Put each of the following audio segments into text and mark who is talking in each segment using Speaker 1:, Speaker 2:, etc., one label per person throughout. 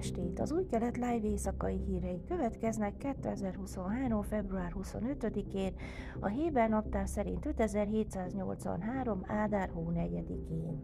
Speaker 1: estét! Az Új Kelet Live éjszakai hírei következnek 2023. február 25-én, a Héber naptár szerint 5783. Ádár hó 4-én.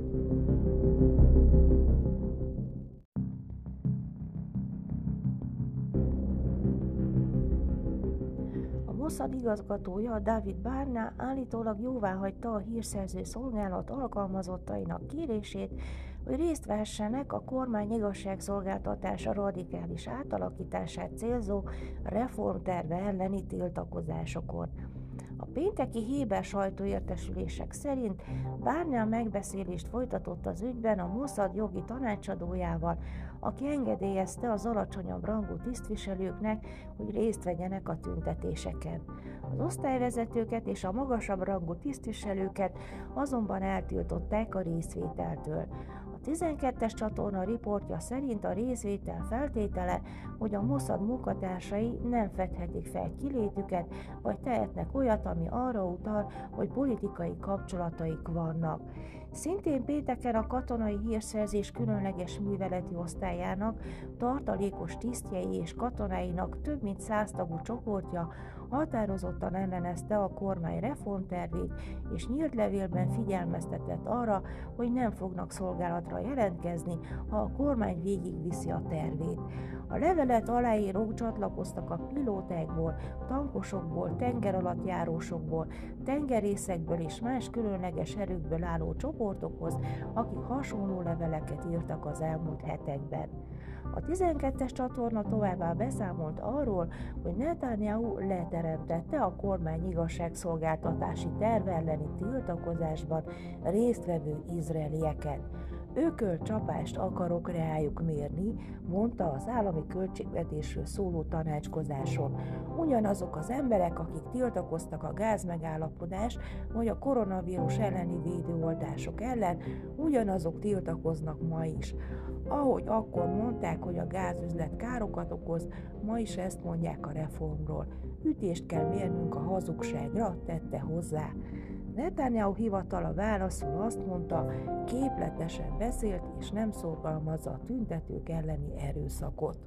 Speaker 1: A Mossad igazgatója, David Barna állítólag jóváhagyta a hírszerző szolgálat alkalmazottainak kérését, hogy részt vessenek a kormány igazságszolgáltatása radikális átalakítását célzó reformterve elleni tiltakozásokon. A pénteki héber sajtóértesülések szerint Barna megbeszélést folytatott az ügyben a Mossad jogi tanácsadójával, aki engedélyezte az alacsonyabb rangú tisztviselőknek, hogy részt vegyenek a tüntetéseken. Az osztályvezetőket és a magasabb rangú tisztviselőket azonban eltiltották a részvételtől. A 12-es csatorna riportja szerint a részvétel feltétele, hogy a Mossad munkatársai nem fedhetik fel kilétüket, vagy tehetnek olyat, ami arra utal, hogy politikai kapcsolataik vannak. Szintén pénteken a katonai hírszerzés különleges műveleti osztályának, tartalékos tisztjei és katonáinak több mint 100 tagú csoportja határozottan ellenezte a kormány reformtervét, és nyílt levélben figyelmeztetett arra, hogy nem fognak szolgálatra jelentkezni, ha a kormány végigviszi a tervét. A levelet aláírók csatlakoztak a pilótákból, tankosokból, tengeralattjárósokból, tengerészekből és más különleges erőkből álló csoportokhoz, akik hasonló leveleket írtak az elmúlt hetekben. A 12-es csatorna továbbá beszámolt arról, hogy Netanyahu leteremtette a kormány igazságszolgáltatási terv elleni tiltakozásban résztvevő izraelieket. Ökölcsapást akarok rájuk mérni, mondta az állami költségvetésről szóló tanácskozáson. Ugyanazok az emberek, akik tiltakoztak a gázmegállapodás vagy a koronavírus elleni védőoltások ellen, ugyanazok tiltakoznak ma is. Ahogy akkor mondták, hogy a gázüzlet károkat okoz, ma is ezt mondják a reformról. Ütést kell mérnünk a hazugságra, tette hozzá. Netanyahu hivatala válaszul azt mondta, képletesen beszélt és nem szorgalmazza a tüntetők elleni erőszakot.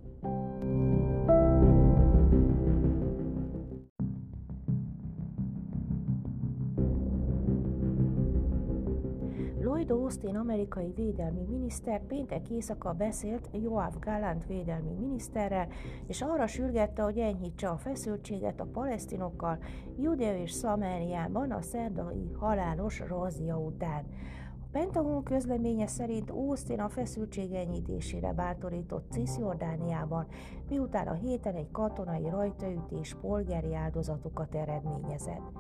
Speaker 1: Lloyd Austin amerikai védelmi miniszter péntek éjszaka beszélt Yoav Gallant védelmi miniszterrel, és arra sürgette, hogy enyhítse a feszültséget a palesztinokkal Judea és Szamáriában a szerdai halálos razzia után. A Pentagon közleménye szerint Austin a feszültség enyhítésére bátorított Cisjordániában, miután a héten egy katonai rajtaütés polgári áldozatokat eredményezett.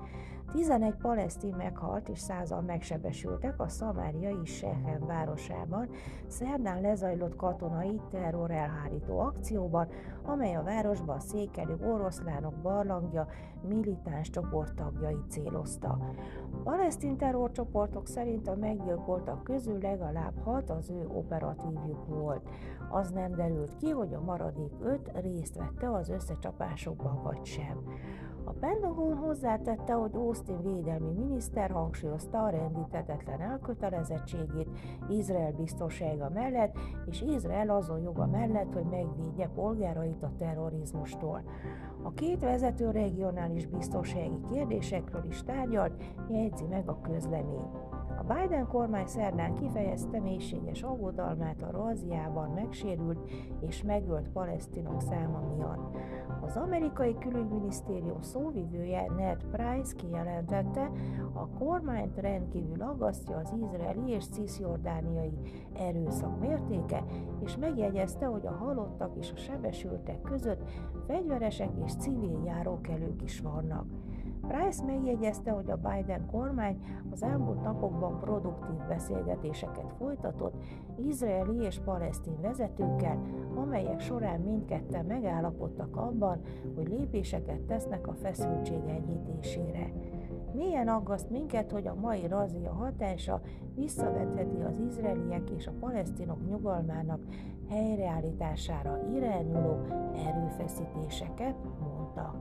Speaker 1: 11 palesztin meghalt és 100-an megsebesültek a szamáriai Sechem városában szerdán lezajlott katonai terrorelhárító akcióban, amely a városban székelő oroszlánok barlangja militáns csoport tagjait célozta. A palesztin terrorcsoportok szerint a meggyilkoltak közül legalább 6 az ő operatívjuk volt. Az nem derült ki, hogy a maradék 5 részt vette az összecsapásokban vagy sem. A Pentagon hozzátette, hogy Austin védelmi miniszter hangsúlyozta a rendíthetetlen elkötelezettségét Izrael biztonsága mellett, és Izrael azon joga mellett, hogy megvédje polgárait a terrorizmustól. A két vezető regionális biztonsági kérdésekről is tárgyalt, jegyzi meg a közlemény. A Biden kormány szerdán kifejezte mélységes aggodalmát a razziában megsérült és megölt palesztinok száma miatt. Az amerikai külügyminisztérium szóvivője Ned Price kijelentette, a kormányt rendkívül aggasztja az izraeli és cisjordániai erőszak mértéke, és megjegyezte, hogy a halottak és a sebesültek között fegyveresek és civil járókelők is vannak. Price megjegyezte, hogy a Biden kormány az elmúlt napokban produktív beszélgetéseket folytatott izraeli és palesztin vezetőkkel, amelyek során mindketten megállapodtak abban, hogy lépéseket tesznek a feszültség enyhítésére. Mélyen aggaszt minket, hogy a mai razzia hatása visszavetheti az izraeliek és a palesztinok nyugalmának helyreállítására irányuló erőfeszítéseket, mondta.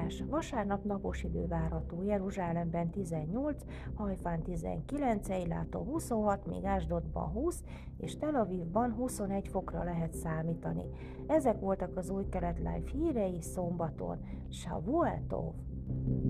Speaker 1: időjárás. Vasárnap napos idő várható, Jeruzsálemben 18, Hajfán 19, Eiláton 26, míg Ásdodban 20, és Tel Avivban 21 fokra lehet számítani. Ezek voltak az Új Kelet Live hírei szombaton. Shavuot Tov!